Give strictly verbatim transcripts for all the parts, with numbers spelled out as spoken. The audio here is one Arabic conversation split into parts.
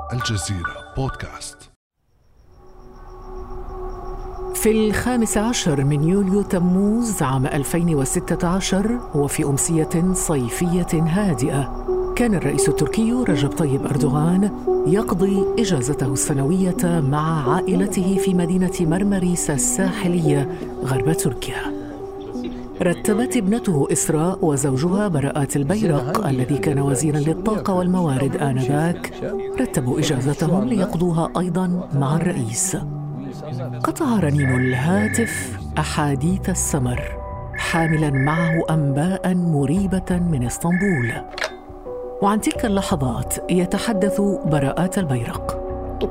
الجزيرة بودكاست. في الخامس عشر من يوليو تموز عام ألفين وستة عشر وفي أمسية صيفية هادئة كان الرئيس التركي رجب طيب أردوغان يقضي إجازته السنوية مع عائلته في مدينة مرمريس الساحلية غرب تركيا. رتبت ابنته إسراء وزوجها براءات البيرق الذي كان وزيراً للطاقة والموارد آنذاك رتبوا إجازتهم ليقضوها أيضاً مع الرئيس. قطع رنين الهاتف أحاديث السمر حاملاً معه أنباء مريبة من اسطنبول، وعن تلك اللحظات يتحدث براءات البيرق.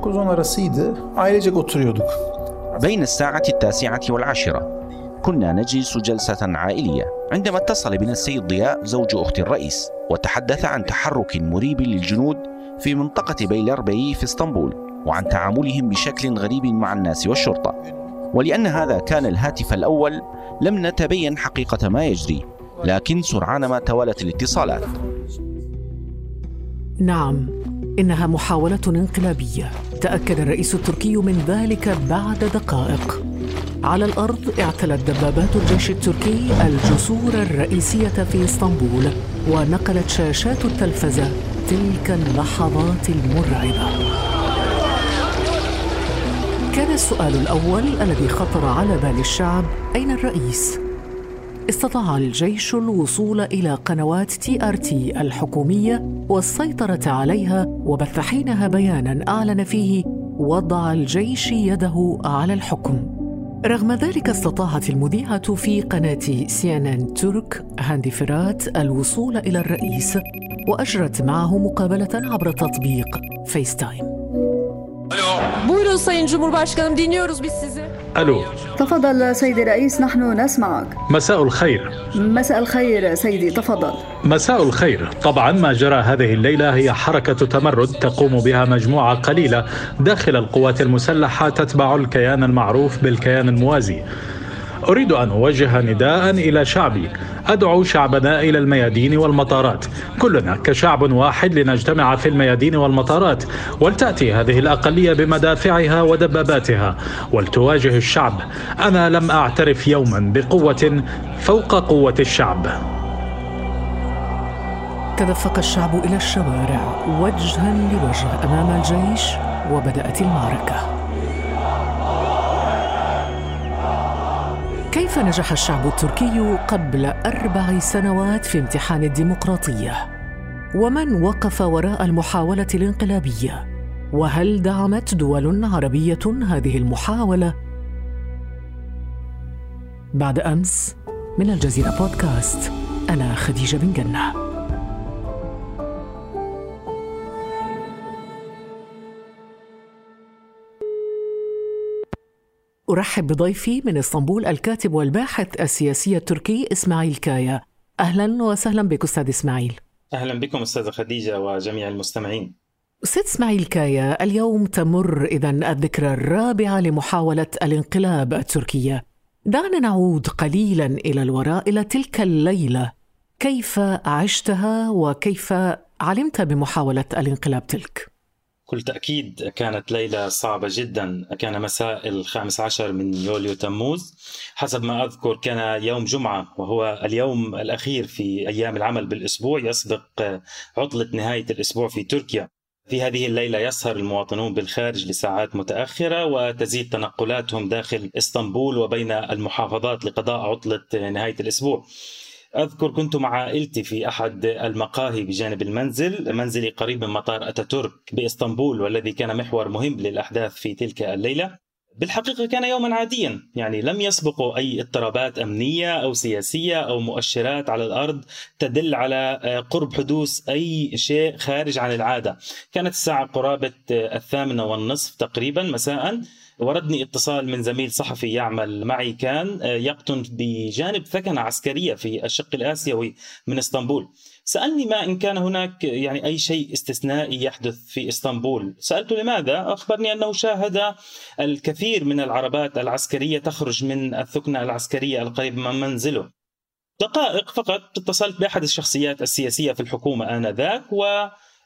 بين الساعة التاسعة والعاشرة كنا نجلس جلسة عائلية عندما اتصل بنا السيد ضياء زوج أخت الرئيس وتحدث عن تحرك مريب للجنود في منطقة بيلربيي في اسطنبول وعن تعاملهم بشكل غريب مع الناس والشرطة. ولأن هذا كان الهاتف الأول لم نتبين حقيقة ما يجري، لكن سرعان ما توالت الاتصالات. نعم، إنها محاولة انقلابية، تأكد الرئيس التركي من ذلك بعد دقائق. على الأرض اعتلت دبابات الجيش التركي الجسور الرئيسية في اسطنبول، ونقلت شاشات التلفزة تلك اللحظات المرعبة. كان السؤال الأول الذي خطر على بال الشعب: أين الرئيس؟ استطاع الجيش الوصول إلى قنوات تي آر تي الحكومية والسيطرة عليها، وبث حينها بياناً أعلن فيه وضع الجيش يده على الحكم. رغم ذلك استطاعت المذيعة في قناة سي إن إن ترك هاندي فرات الوصول إلى الرئيس وأجرت معه مقابلة عبر تطبيق فيس تايم. Buyurun Sayın Cumhurbaşkanım, dinliyoruz biz sizi. ألو. تفضل سيدي الرئيس، نحن نسمعك. مساء الخير. مساء الخير سيدي، تفضل. مساء الخير. طبعا ما جرى هذه الليلة هي حركة تمرد تقوم بها مجموعة قليلة داخل القوات المسلحة تتبع الكيان المعروف بالكيان الموازي. أريد أن أوجه نداء إلى شعبي، أدعو شعبنا إلى الميادين والمطارات، كلنا كشعب واحد لنجتمع في الميادين والمطارات، ولتأتي هذه الأقلية بمدافعها ودباباتها ولتواجه الشعب. أنا لم أعترف يوما بقوة فوق قوة الشعب. تدفق الشعب إلى الشوارع وجها لوجه أمام الجيش، وبدأت المعركة. كيف نجح الشعب التركي قبل أربع سنوات في امتحان الديمقراطية؟ ومن وقف وراء المحاولة الانقلابية؟ وهل دعمت دول عربية هذه المحاولة؟ بعد أمس من الجزيرة بودكاست، أنا خديجة بن جنة. أرحب بضيفي من اسطنبول الكاتب والباحث السياسي التركي إسماعيل كايا. أهلاً وسهلاً بك أستاذ إسماعيل. أهلاً بكم أستاذ خديجة وجميع المستمعين. أستاذ إسماعيل كايا، اليوم تمر إذن الذكرى الرابعة لمحاولة الانقلاب التركية. دعنا نعود قليلاً إلى الوراء، إلى تلك الليلة. كيف عشتها وكيف علمت بمحاولة الانقلاب تلك؟ بكل تأكيد كانت ليلة صعبة جدا. كان مساء الخامس عشر من يوليو تموز، حسب ما أذكر كان يوم جمعة، وهو اليوم الأخير في أيام العمل بالأسبوع، يسبق عطلة نهاية الأسبوع في تركيا. في هذه الليلة يسهر المواطنون بالخارج لساعات متأخرة، وتزيد تنقلاتهم داخل اسطنبول وبين المحافظات لقضاء عطلة نهاية الأسبوع. أذكر كنت مع عائلتي في أحد المقاهي بجانب المنزل، منزلي قريب من مطار أتاتورك بإسطنبول، والذي كان محور مهم للأحداث في تلك الليلة. بالحقيقة كان يوما عاديا، يعني لم يسبقوا أي اضطرابات أمنية أو سياسية أو مؤشرات على الأرض تدل على قرب حدوث أي شيء خارج عن العادة. كانت الساعة قرابة الثامنة والنصف تقريبا مساء، وردني اتصال من زميل صحفي يعمل معي، كان يقطن بجانب ثكنة عسكرية في الشق الآسيوي من اسطنبول. سألني ما إن كان هناك يعني أي شيء استثنائي يحدث في اسطنبول. سألته لماذا؟ أخبرني أنه شاهد الكثير من العربات العسكرية تخرج من الثكنة العسكرية القريبة من منزله. دقائق فقط اتصلت بأحد الشخصيات السياسية في الحكومة آنذاك، و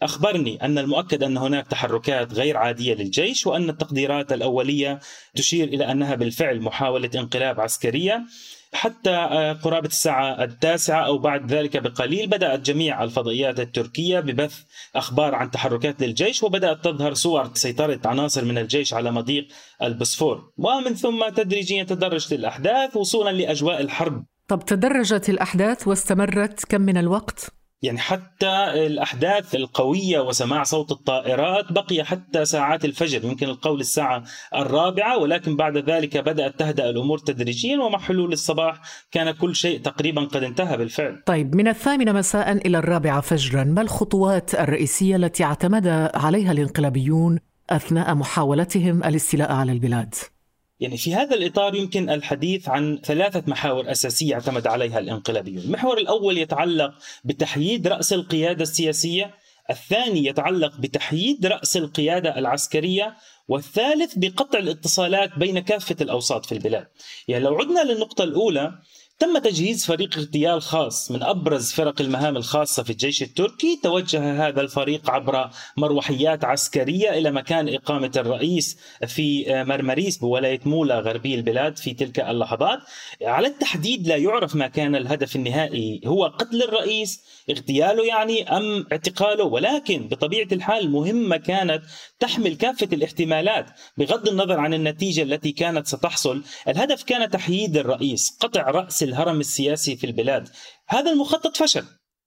أخبرني أن المؤكد أن هناك تحركات غير عادية للجيش، وأن التقديرات الأولية تشير إلى أنها بالفعل محاولة انقلاب عسكرية. حتى قرابة الساعة التاسعة أو بعد ذلك بقليل بدأت جميع الفضائيات التركية ببث أخبار عن تحركات للجيش، وبدأت تظهر صور سيطرة عناصر من الجيش على مضيق البوسفور، ومن ثم تدريجيا تدرجت الأحداث وصولا لأجواء الحرب. طب تدرجت الأحداث واستمرت كم من الوقت؟ يعني حتى الأحداث القوية وسماع صوت الطائرات بقي حتى ساعات الفجر، يمكن القول الساعة الرابعة، ولكن بعد ذلك بدأت تهدأ الأمور تدريجيا، ومع حلول الصباح كان كل شيء تقريبا قد انتهى بالفعل. طيب من الثامنة مساء إلى الرابعة فجرا، ما الخطوات الرئيسية التي اعتمد عليها الانقلابيون أثناء محاولتهم الاستيلاء على البلاد؟ يعني في هذا الإطار يمكن الحديث عن ثلاثة محاور أساسية اعتمد عليها الانقلابيون. المحور الأول يتعلق بتحييد رأس القيادة السياسية، الثاني يتعلق بتحييد رأس القيادة العسكرية، والثالث بقطع الاتصالات بين كافة الأوساط في البلاد. يعني لو عدنا للنقطة الأولى، تم تجهيز فريق اغتيال خاص من أبرز فرق المهام الخاصة في الجيش التركي. توجه هذا الفريق عبر مروحيات عسكرية إلى مكان إقامة الرئيس في مرمريس بولاية مولا غربي البلاد في تلك اللحظات. على التحديد لا يعرف ما كان الهدف النهائي، هو قتل الرئيس، اغتياله يعني، أم اعتقاله، ولكن بطبيعة الحال المهمة كانت تحمل كافة الاحتمالات بغض النظر عن النتيجة التي كانت ستحصل. الهدف كان تحييد الرئيس، قطع رأس الهرم السياسي في البلاد. هذا المخطط فشل.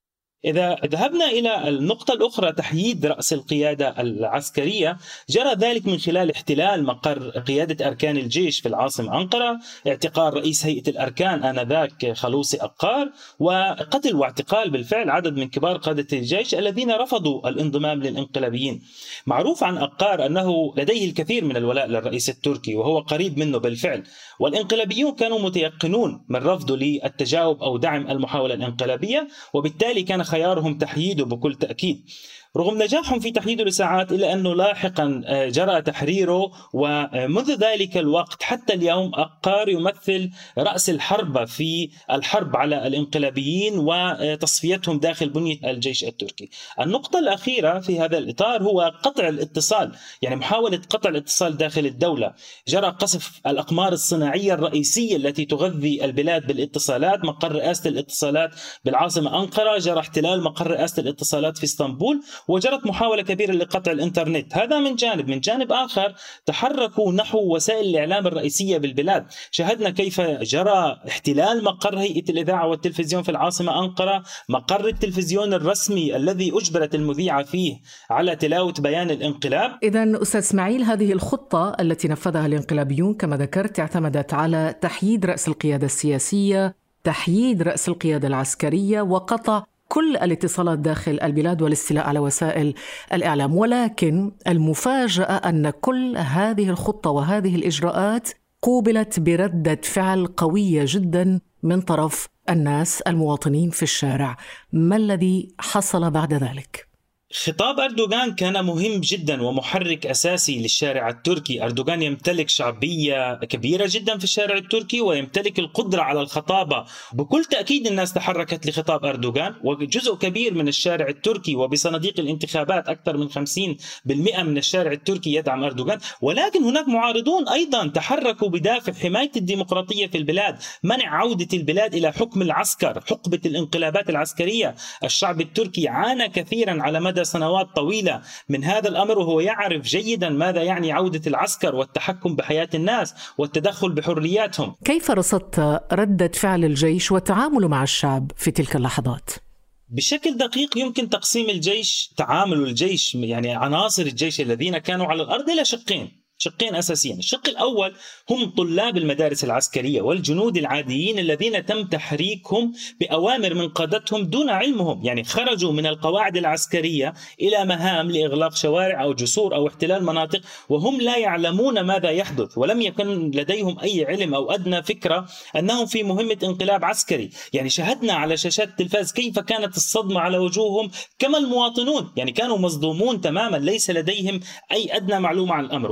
إذا ذهبنا إلى النقطة الأخرى، تحييد رأس القيادة العسكرية، جرى ذلك من خلال احتلال مقر قيادة أركان الجيش في العاصمة أنقرة، اعتقال رئيس هيئة الأركان آنذاك خلوصي أقار، وقتل واعتقال بالفعل عدد من كبار قادة الجيش الذين رفضوا الانضمام للانقلابيين. معروف عن أقار أنه لديه الكثير من الولاء للرئيس التركي وهو قريب منه بالفعل، والانقلابيون كانوا متيقنون من رفضه للتجاوب أو دعم المحاولة الانقلابية، وبالتالي كان خيارهم تحييده بكل تأكيد. رغم نجاحهم في تحييده لساعات إلا أنه لاحقا جرى تحريره، ومنذ ذلك الوقت حتى اليوم أقار يمثل رأس الحربة في الحرب على الانقلابيين وتصفيتهم داخل بنية الجيش التركي. النقطة الأخيرة في هذا الإطار هو قطع الاتصال، يعني محاولة قطع الاتصال داخل الدولة. جرى قصف الأقمار الصناعية الرئيسية التي تغذي البلاد بالاتصالات، مقر رئاسة الاتصالات بالعاصمة أنقرة، جرى احتلال مقر رئاسة الاتصالات في اسطنبول، وجرت محاولة كبيرة لقطع الإنترنت. هذا من جانب. من جانب آخر تحركوا نحو وسائل الإعلام الرئيسية بالبلاد. شاهدنا كيف جرى احتلال مقر هيئة الإذاعة والتلفزيون في العاصمة أنقرة، مقر التلفزيون الرسمي الذي أجبرت المذيعة فيه على تلاوة بيان الانقلاب. إذن أستاذ إسماعيل، هذه الخطة التي نفذها الانقلابيون كما ذكرت اعتمدت على تحييد رأس القيادة السياسية، تحييد رأس القيادة العسكرية، وقطع كل الاتصالات داخل البلاد والاستيلاء على وسائل الإعلام. ولكن المفاجأة أن كل هذه الخطة وهذه الإجراءات قوبلت بردة فعل قوية جدا من طرف الناس المواطنين في الشارع. ما الذي حصل بعد ذلك؟ خطاب أردوغان كان مهم جدا ومحرك أساسي للشارع التركي. أردوغان يمتلك شعبية كبيرة جدا في الشارع التركي ويمتلك القدرة على الخطابة. بكل تأكيد الناس تحركت لخطاب أردوغان، وجزء كبير من الشارع التركي وبصناديق الانتخابات أكثر من خمسين بالمئة من الشارع التركي يدعم أردوغان. ولكن هناك معارضون أيضا تحركوا بدافع حماية الديمقراطية في البلاد، منع عودة البلاد إلى حكم العسكر، حقبة الانقلابات العسكرية. الشعب التركي عانى كثيرا على مدى سنوات طويلة من هذا الأمر، وهو يعرف جيدا ماذا يعني عودة العسكر والتحكم بحياة الناس والتدخل بحرياتهم. كيف رصدت ردة فعل الجيش وتعامله مع الشعب في تلك اللحظات؟ بشكل دقيق يمكن تقسيم الجيش، تعامل الجيش، يعني عناصر الجيش الذين كانوا على الأرض، إلى شقين شقين أساسيين. الشق الأول هم طلاب المدارس العسكرية والجنود العاديين الذين تم تحريكهم بأوامر من قادتهم دون علمهم، يعني خرجوا من القواعد العسكرية إلى مهام لإغلاق شوارع أو جسور أو احتلال مناطق وهم لا يعلمون ماذا يحدث، ولم يكن لديهم أي علم أو أدنى فكرة أنهم في مهمة انقلاب عسكري. يعني شاهدنا على شاشات التلفاز كيف كانت الصدمة على وجوههم كما المواطنون، يعني كانوا مصدومون تماما، ليس لديهم أي أدنى معلومة عن الأمر. وبالتالي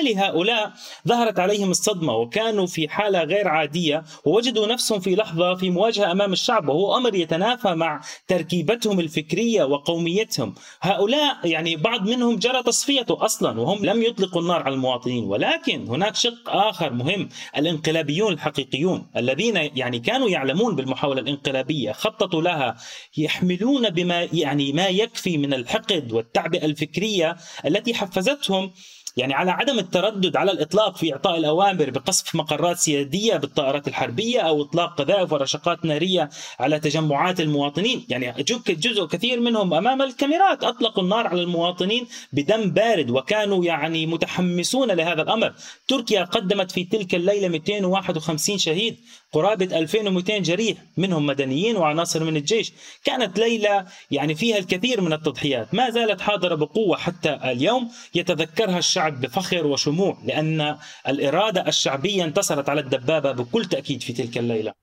وبالتالي هؤلاء ظهرت عليهم الصدمة وكانوا في حالة غير عادية، ووجدوا نفسهم في لحظة في مواجهة أمام الشعب، وهو أمر يتنافى مع تركيبتهم الفكرية وقوميتهم. هؤلاء يعني بعض منهم جرى تصفيته أصلا وهم لم يطلقوا النار على المواطنين. ولكن هناك شق آخر مهم، الانقلابيون الحقيقيون الذين يعني كانوا يعلمون بالمحاولة الانقلابية، خططوا لها، يحملون بما يعني ما يكفي من الحقد والتعبئة الفكرية التي حفزتهم يعني على عدم التردد على الإطلاق في إعطاء الأوامر بقصف مقرات سيادية بالطائرات الحربية أو إطلاق قذائف ورشقات نارية على تجمعات المواطنين. يعني جزء كثير منهم أمام الكاميرات أطلقوا النار على المواطنين بدم بارد، وكانوا يعني متحمسون لهذا الأمر. تركيا قدمت في تلك الليلة مئتين وواحد وخمسين شهيد، قرابة ألفين ومئتين جريح منهم مدنيين وعناصر من الجيش. كانت ليلة يعني فيها الكثير من التضحيات، ما زالت حاضرة بقوة حتى اليوم، يتذكرها الشعب بفخر وشموع، لأن الإرادة الشعبية انتصرت على الدبابة بكل تأكيد في تلك الليلة.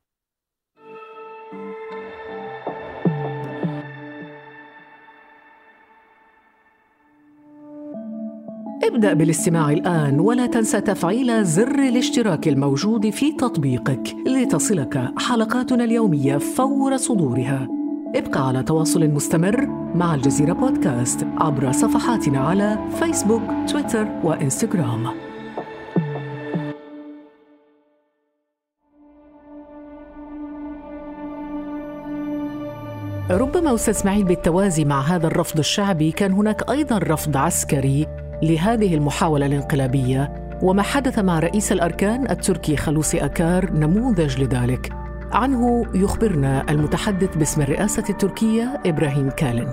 ابدأ بالاستماع الآن ولا تنسى تفعيل زر الاشتراك الموجود في تطبيقك لتصلك حلقاتنا اليومية فور صدورها. ابقى على تواصل مستمر مع الجزيرة بودكاست عبر صفحاتنا على فيسبوك، تويتر وإنستغرام. ربما أستاذ إسماعيل بالتوازي مع هذا الرفض الشعبي كان هناك أيضاً رفض عسكري لهذه المحاولة الانقلابية، وما حدث مع رئيس الأركان التركي خلوصي أكار نموذج لذلك. عنه يخبرنا المتحدث باسم الرئاسة التركية إبراهيم كالن.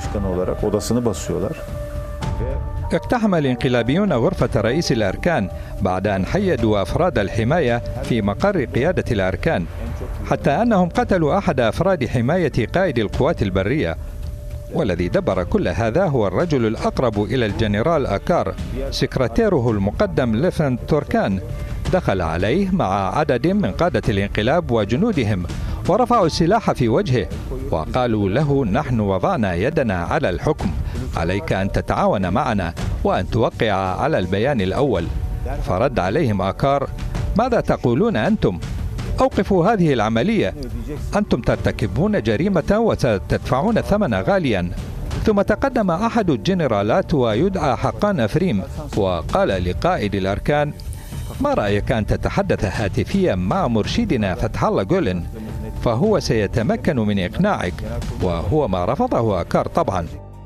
اقتحم الانقلابيون غرفة رئيس الأركان بعد أن حيدوا أفراد الحماية في مقر قيادة الأركان، حتى أنهم قتلوا أحد أفراد حماية قائد القوات البرية. والذي دبر كل هذا هو الرجل الأقرب إلى الجنرال أكار، سكرتيره المقدم ليفنت توركان. دخل عليه مع عدد من قادة الانقلاب وجنودهم ورفعوا السلاح في وجهه وقالوا له: نحن وضعنا يدنا على الحكم، عليك أن تتعاون معنا وأن توقع على البيان الأول. فرد عليهم آكار: ماذا تقولون أنتم؟ أوقفوا هذه العملية، أنتم ترتكبون جريمة وستدفعون ثمنا غاليا. ثم تقدم أحد الجنرالات ويدعى حقان أفريم وقال لقائد الأركان: ما رأيك أن تتحدث هاتفيا مع مرشدنا فتح الله جولن، فهو سيتمكن من إقناعك. وهو ما رفضه آكار طبعا.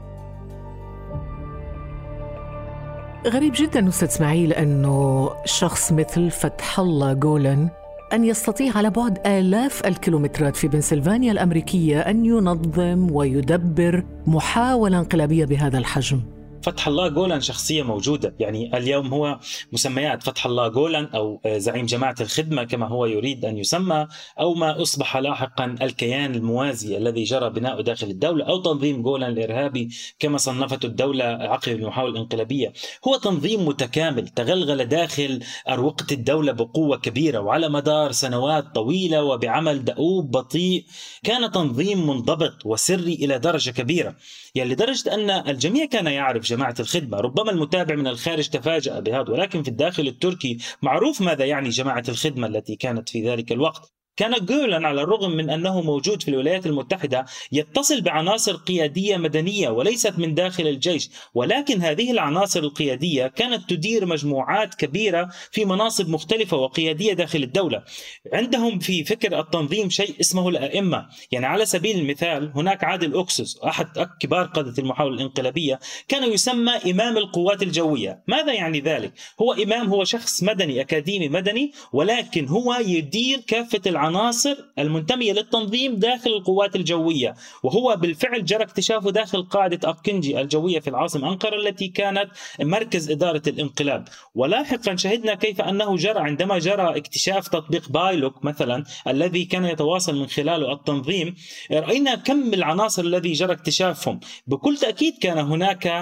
غريب جدا أستاذ إسماعيل أنه شخص مثل فتح الله جولن أن يستطيع على بعد آلاف الكيلومترات في بنسلفانيا الأمريكية أن ينظم ويدبر محاولة انقلابية بهذا الحجم. فتح الله جولان شخصية موجودة، يعني اليوم هو مسميات فتح الله جولان أو زعيم جماعة الخدمة كما هو يريد أن يسمى، أو ما أصبح لاحقا الكيان الموازي الذي جرى بناؤه داخل الدولة، أو تنظيم جولان الإرهابي كما صنفته الدولة عقب المحاولة الانقلابية. هو تنظيم متكامل تغلغل داخل أروقة الدولة بقوة كبيرة وعلى مدار سنوات طويلة وبعمل دؤوب بطيء. كان تنظيم منضبط وسري إلى درجة كبيرة، يعني لدرجة أن الجميع كان يعرف جماعة الخدمة. ربما المتابع من الخارج تفاجأ بهذا، ولكن في الداخل التركي معروف ماذا يعني جماعة الخدمة التي كانت في ذلك الوقت. كان جولان على الرغم من أنه موجود في الولايات المتحدة يتصل بعناصر قيادية مدنية وليست من داخل الجيش، ولكن هذه العناصر القيادية كانت تدير مجموعات كبيرة في مناصب مختلفة وقيادية داخل الدولة. عندهم في فكر التنظيم شيء اسمه الأئمة، يعني على سبيل المثال هناك عادل أوكسوس أحد كبار قادة المحاولة الانقلابية كان يسمى إمام القوات الجوية. ماذا يعني ذلك؟ هو إمام، هو شخص مدني أكاديمي مدني، ولكن هو يدير كافة العناصر المنتمية للتنظيم داخل القوات الجوية، وهو بالفعل جرى اكتشافه داخل قاعدة أكنجي الجوية في العاصمة أنقرة التي كانت مركز إدارة الانقلاب. ولاحقا شهدنا كيف أنه جرى عندما جرى اكتشاف تطبيق بايلوك مثلا الذي كان يتواصل من خلاله التنظيم، رأينا كم العناصر الذي جرى اكتشافهم. بكل تأكيد كان هناك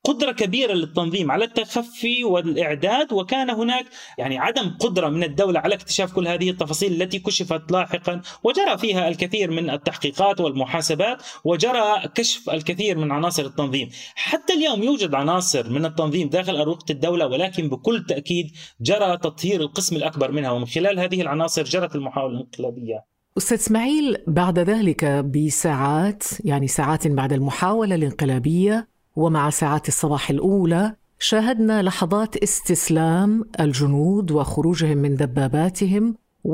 قدرة كبيرة للتنظيم على التخفي والإعداد، وكان هناك يعني عدم قدرة من الدولة على اكتشاف كل هذه التفاصيل التي كشفت لاحقا، وجرى فيها الكثير من التحقيقات والمحاسبات، وجرى كشف الكثير من عناصر التنظيم. حتى اليوم يوجد عناصر من التنظيم داخل أروقة الدولة، ولكن بكل تأكيد جرى تطهير القسم الأكبر منها، ومن خلال هذه العناصر جرت المحاولة الانقلابية. أستاذ إسماعيل، بعد ذلك بساعات، يعني ساعات بعد المحاولة الانقلابية ومع ساعات الصباح الأولى، شاهدنا لحظات استسلام الجنود وخروجهم من دباباتهم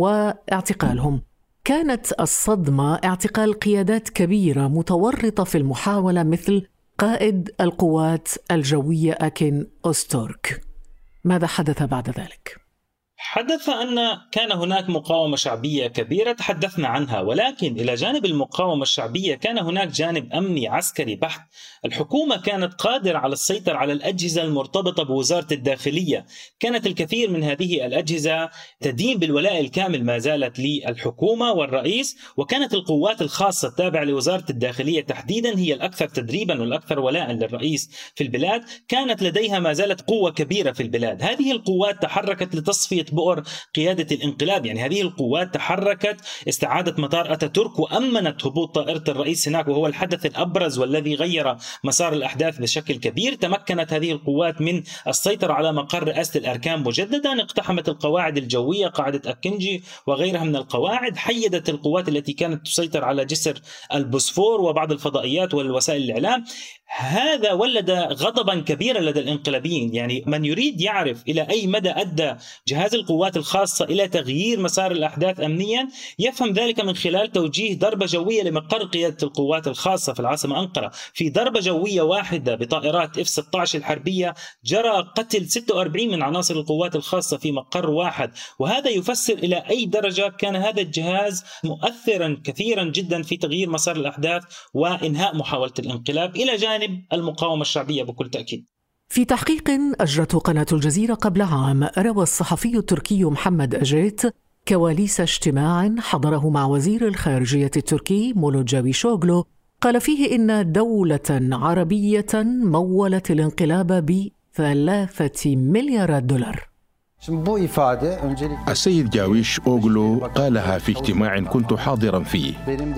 واعتقالهم. كانت الصدمة اعتقال قيادات كبيرة متورطة في المحاولة مثل قائد القوات الجوية أكين أوستورك. ماذا حدث بعد ذلك؟ حدث أن كان هناك مقاومة شعبية كبيرة تحدثنا عنها، ولكن إلى جانب المقاومة الشعبية كان هناك جانب أمني عسكري بحت. الحكومة كانت قادرة على السيطرة على الأجهزة المرتبطة بوزارة الداخلية، كانت الكثير من هذه الأجهزة تدين بالولاء الكامل ما زالت للحكومة والرئيس، وكانت القوات الخاصة التابعة لوزارة الداخلية تحديدا هي الأكثر تدريبا والأكثر ولاء للرئيس في البلاد. كانت لديها ما زالت قوة كبيرة في البلاد. هذه القوات تحركت لتصفية بؤر قيادة الانقلاب، يعني هذه القوات تحركت استعادة مطار أتاتورك وأمنت هبوط طائرة الرئيس هناك، وهو الحدث الأبرز والذي غير مسار الأحداث بشكل كبير. تمكنت هذه القوات من السيطرة على مقر رئاسة الأركان مجددا، اقتحمت القواعد الجوية، قاعدة أكنجي وغيرها من القواعد، حيدت القوات التي كانت تسيطر على جسر البوسفور وبعض الفضائيات والوسائل الإعلام. هذا ولد غضبا كبيرا لدى الانقلابيين، يعني من يريد يعرف إلى أي مدى أدى جهاز القوات الخاصة إلى تغيير مسار الأحداث أمنيا يفهم ذلك من خلال توجيه ضربة جوية لمقر قيادة القوات الخاصة في العاصمة أنقرة. في ضربة جوية واحدة بطائرات إف ستة عشر الحربية جرى قتل ستة وأربعين من عناصر القوات الخاصة في مقر واحد، وهذا يفسر إلى أي درجة كان هذا الجهاز مؤثرا كثيرا جدا في تغيير مسار الأحداث وإنهاء محاولة الانقلاب، إلى جانب المقاومة الشعبية بكل تأكيد. في تحقيق أجرته قناة الجزيرة قبل عام، روى الصحفي التركي محمد أجيت كواليس اجتماع حضره مع وزير الخارجية التركي مولود جافيشوغلو، قال فيه إن دولة عربية مولت الانقلاب بثلاثة مليارات دولار. السيد جاويش أوغلو قالها في اجتماع كنت حاضرا فيه.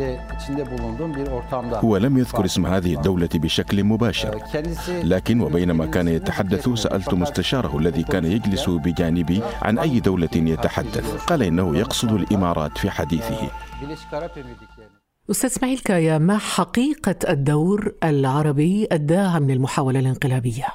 هو لم يذكر اسم هذه الدولة بشكل مباشر، لكن وبينما كان يتحدث سألت مستشاره الذي كان يجلس بجانبي عن أي دولة يتحدث، قال إنه يقصد الإمارات في حديثه. أستاذ إسماعيل كايا، ما حقيقة الدور العربي الداعم للمحاولة الانقلابية؟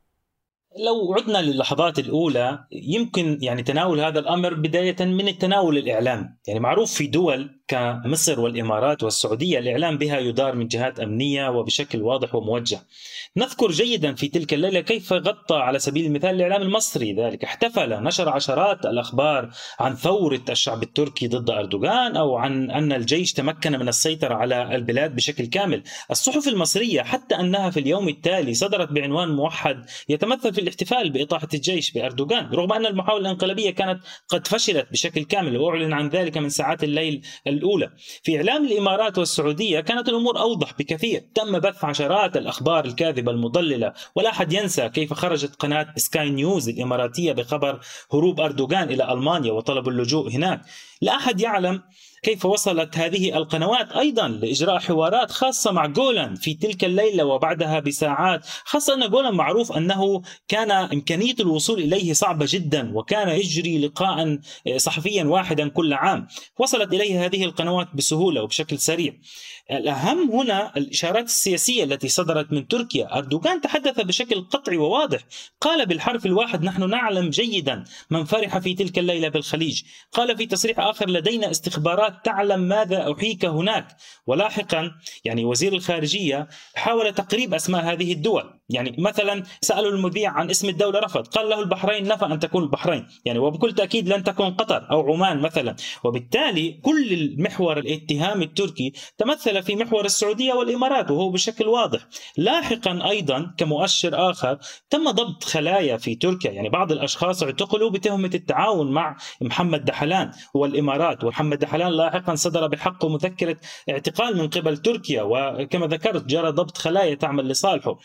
لو عدنا للحظات الأولى يمكن يعني تناول هذا الأمر بداية من التناول الإعلام. يعني معروف في دول كمصر والإمارات والسعودية الإعلام بها يدار من جهات أمنية وبشكل واضح وموجه. نذكر جيدا في تلك الليلة كيف غطى على سبيل المثال الإعلام المصري ذلك، احتفل نشر عشرات الأخبار عن ثورة الشعب التركي ضد أردوغان، أو عن أن الجيش تمكن من السيطرة على البلاد بشكل كامل. الصحف المصرية حتى أنها في اليوم التالي صدرت بعنوان موحد يتمثل في الاحتفال بإطاحة الجيش بأردوغان، رغم أن المحاولة الانقلابية كانت قد فشلت بشكل كامل، وأعلن عن ذلك من ساعات الليل الأولى. في إعلام الإمارات والسعودية كانت الأمور أوضح بكثير، تم بث عشرات الأخبار الكاذبة المضللة، ولا أحد ينسى كيف خرجت قناة سكاي نيوز الإماراتية بخبر هروب أردوغان إلى ألمانيا وطلب اللجوء هناك. لا أحد يعلم كيف وصلت هذه القنوات أيضا لإجراء حوارات خاصة مع جولان في تلك الليلة وبعدها بساعات، خاصة أن جولان معروف أنه كان إمكانية الوصول إليه صعبة جدا، وكان يجري لقاء صحفيا واحدا كل عام. وصلت إليه هذه القنوات بسهولة وبشكل سريع. الأهم هنا الإشارات السياسية التي صدرت من تركيا. أردوغان تحدث بشكل قطعي وواضح، قال بالحرف الواحد: نحن نعلم جيدا من فرح في تلك الليلة بالخليج. قال في تصريح آخر: لدينا استخبارات تعلم ماذا أحيك هناك. ولاحقا يعني وزير الخارجية حاول تقريب أسماء هذه الدول، يعني مثلا سألوا المذيع عن اسم الدولة رفض، قال له البحرين، نفى أن تكون البحرين، يعني وبكل تأكيد لن تكون قطر أو عمان مثلا. وبالتالي كل المحور الاتهام التركي تمثل في محور السعودية والإمارات، وهو بشكل واضح. لاحقا أيضا كمؤشر آخر تم ضبط خلايا في تركيا، يعني بعض الأشخاص اعتقلوا بتهمة التعاون مع محمد دحلان والإمارات، ومحمد دحلان لاحقا صدر بحقه مذكرة اعتقال من قبل تركيا، وكما ذكرت جرى ضبط خلايا تعمل لصالحه. على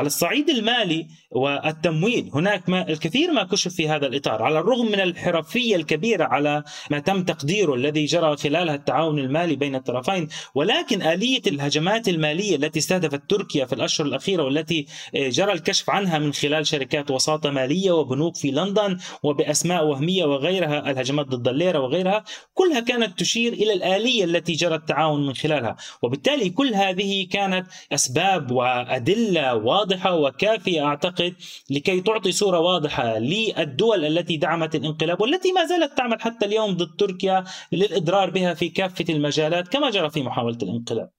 الصعيد المالي والتمويل هناك ما الكثير ما كشف في هذا الإطار، على الرغم من الحرفية الكبيرة على ما تم تقديره الذي جرى خلالها التعاون المالي بين الطرفين، ولكن آلية الهجمات المالية التي استهدفت تركيا في الأشهر الأخيرة والتي جرى الكشف عنها من خلال شركات وساطة مالية وبنوك في لندن وبأسماء وهمية وغيرها، الهجمات ضد الليرة وغيرها، كلها كانت تشير إلى الآلية التي جرى التعاون من خلالها. وبالتالي كل هذه كانت أسباب وأدلة واضحة وكافية أعتقد لكي تعطي صورة واضحة للدول التي دعمت الانقلاب والتي ما زالت تعمل حتى اليوم ضد تركيا للإضرار بها في كافة المجالات كما جرى في محاولة الانقلاب.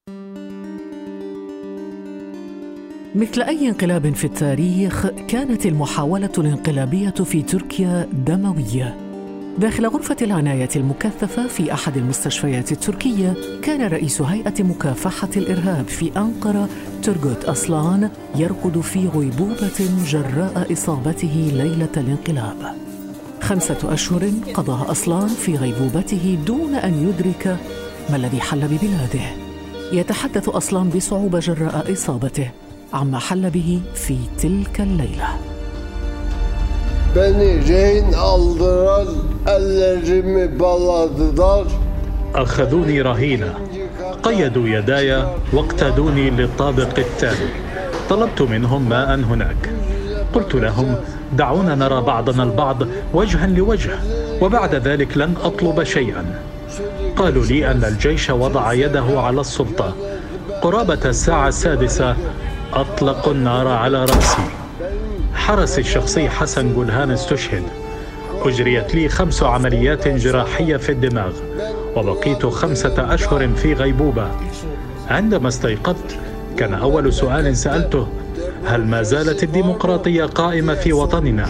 مثل أي انقلاب في التاريخ كانت المحاولة الانقلابية في تركيا دموية. داخل غرفة العناية المكثفة في أحد المستشفيات التركية كان رئيس هيئة مكافحة الإرهاب في أنقرة تورغوت أصلان يرقد في غيبوبة جراء إصابته ليلة الانقلاب. خمسة أشهر قضاها أصلان في غيبوبته دون أن يدرك ما الذي حل ببلاده. يتحدث أصلان بصعوبة جراء إصابته عما حل به في تلك الليلة. أخذوني رهينة، قيدوا يداي واقتادوني للطابق التالي. طلبت منهم ماء هناك، قلت لهم دعونا نرى بعضنا البعض وجها لوجه وبعد ذلك لن أطلب شيئا. قالوا لي أن الجيش وضع يده على السلطة. قرابة الساعة السادسة أطلقوا النار على رأسي. حرسي الشخصي حسن جولهان استشهد. أجريت لي خمس عمليات جراحية في الدماغ وبقيت خمسة أشهر في غيبوبة. عندما استيقظت كان أول سؤال سألته: هل ما زالت الديمقراطية قائمة في وطننا؟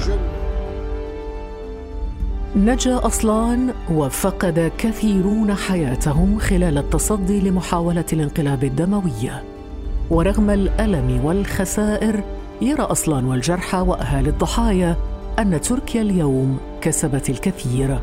نجا أصلان وفقد كثيرون حياتهم خلال التصدي لمحاولة الانقلاب الدموية. ورغم الألم والخسائر يرى أصلان والجرحى وأهالي الضحايا أن تركيا اليوم كسبت الكثير.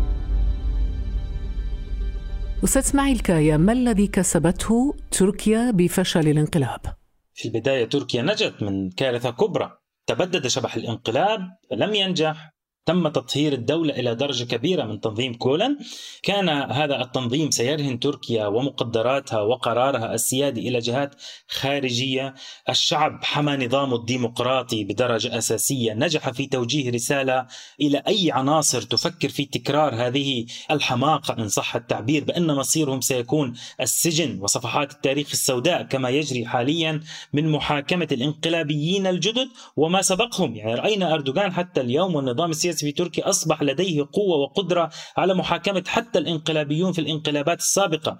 أستاذ إسماعيل كايا، ما الذي كسبته تركيا بفشل الانقلاب؟ في البداية تركيا نجت من كارثة كبرى، تبدد شبح الانقلاب، لم ينجح، تم تطهير الدولة إلى درجة كبيرة من تنظيم كولن. كان هذا التنظيم سيرهن تركيا ومقدراتها وقرارها السيادي إلى جهات خارجية. الشعب حمى نظامه الديمقراطي بدرجة أساسية، نجح في توجيه رسالة إلى أي عناصر تفكر في تكرار هذه الحماقة إن صح التعبير بأن مصيرهم سيكون السجن وصفحات التاريخ السوداء كما يجري حاليا من محاكمة الانقلابيين الجدد وما سبقهم. يعني رأينا أردوغان حتى اليوم والنظام السياسي في تركيا أصبح لديه قوة وقدرة على محاكمة حتى الانقلابيون في الانقلابات السابقة.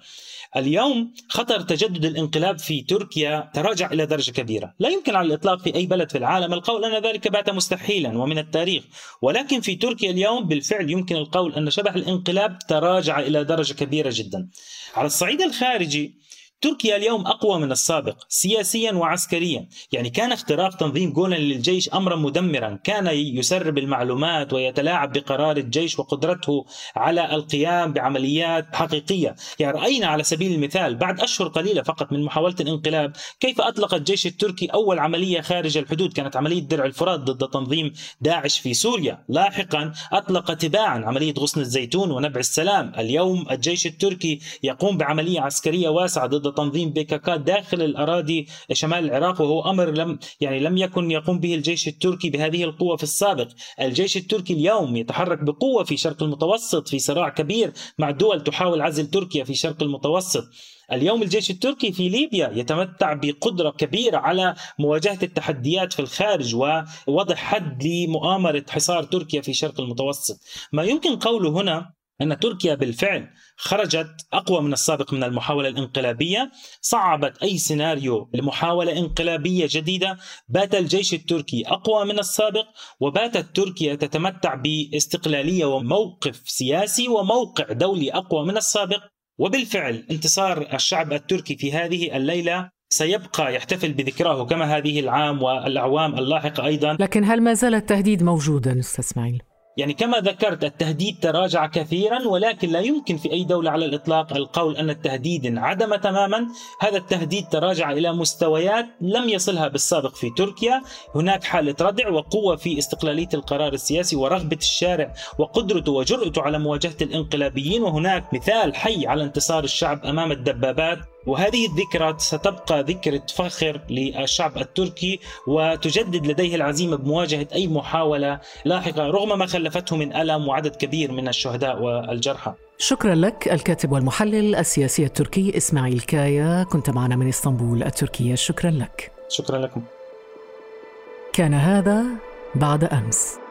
اليوم خطر تجدد الانقلاب في تركيا تراجع إلى درجة كبيرة، لا يمكن على الإطلاق في أي بلد في العالم القول أن ذلك بات مستحيلا ومن التاريخ، ولكن في تركيا اليوم بالفعل يمكن القول أن شبح الانقلاب تراجع إلى درجة كبيرة جدا. على الصعيد الخارجي تركيا اليوم أقوى من السابق سياسيا وعسكريا. يعني كان اختراق تنظيم جولان للجيش أمرا مدمرا، كان يسرب المعلومات ويتلاعب بقرار الجيش وقدرته على القيام بعمليات حقيقية. يعني رأينا على سبيل المثال بعد أشهر قليلة فقط من محاولة الانقلاب كيف أطلق الجيش التركي أول عملية خارج الحدود، كانت عملية درع الفرات ضد تنظيم داعش في سوريا. لاحقا أطلق تباعا عملية غصن الزيتون ونبع السلام. اليوم الجيش التركي يقوم بعملية عسكرية واسعة ضد تنظيم بي كي كي داخل الأراضي شمال العراق، وهو أمر لم يعني لم يكن يقوم به الجيش التركي بهذه القوة في السابق. الجيش التركي اليوم يتحرك بقوة في شرق المتوسط في صراع كبير مع دول تحاول عزل تركيا في شرق المتوسط. اليوم الجيش التركي في ليبيا يتمتع بقدرة كبيرة على مواجهة التحديات في الخارج ووضع حد لمؤامرة حصار تركيا في شرق المتوسط. ما يمكن قوله هنا أن تركيا بالفعل خرجت أقوى من السابق من المحاولة الانقلابية، صعبت أي سيناريو لمحاولة انقلابية جديدة. بات الجيش التركي أقوى من السابق، وباتت تركيا تتمتع باستقلالية وموقف سياسي وموقع دولي أقوى من السابق. وبالفعل انتصار الشعب التركي في هذه الليلة سيبقى يحتفل بذكراه كما هذه العام والأعوام اللاحقة أيضا. لكن هل ما زال التهديد موجودا أستاذ إسماعيل؟ يعني كما ذكرت التهديد تراجع كثيرا، ولكن لا يمكن في أي دولة على الإطلاق القول أن التهديد انعدم تماما. هذا التهديد تراجع إلى مستويات لم يصلها بالسابق في تركيا. هناك حالة ردع وقوة في استقلالية القرار السياسي ورغبة الشارع وقدرته وجرأته على مواجهة الانقلابيين، وهناك مثال حي على انتصار الشعب أمام الدبابات. وهذه الذكرى ستبقى ذكرى فخر للشعب التركي وتجدد لديه العزيمة بمواجهة أي محاولة لاحقة رغم ما خلفته من ألم وعدد كبير من الشهداء والجرحى. شكرا لك الكاتب والمحلل السياسي التركي إسماعيل كايا، كنت معنا من اسطنبول التركية. شكرا لك. شكرا لكم. كان هذا بعد أمس.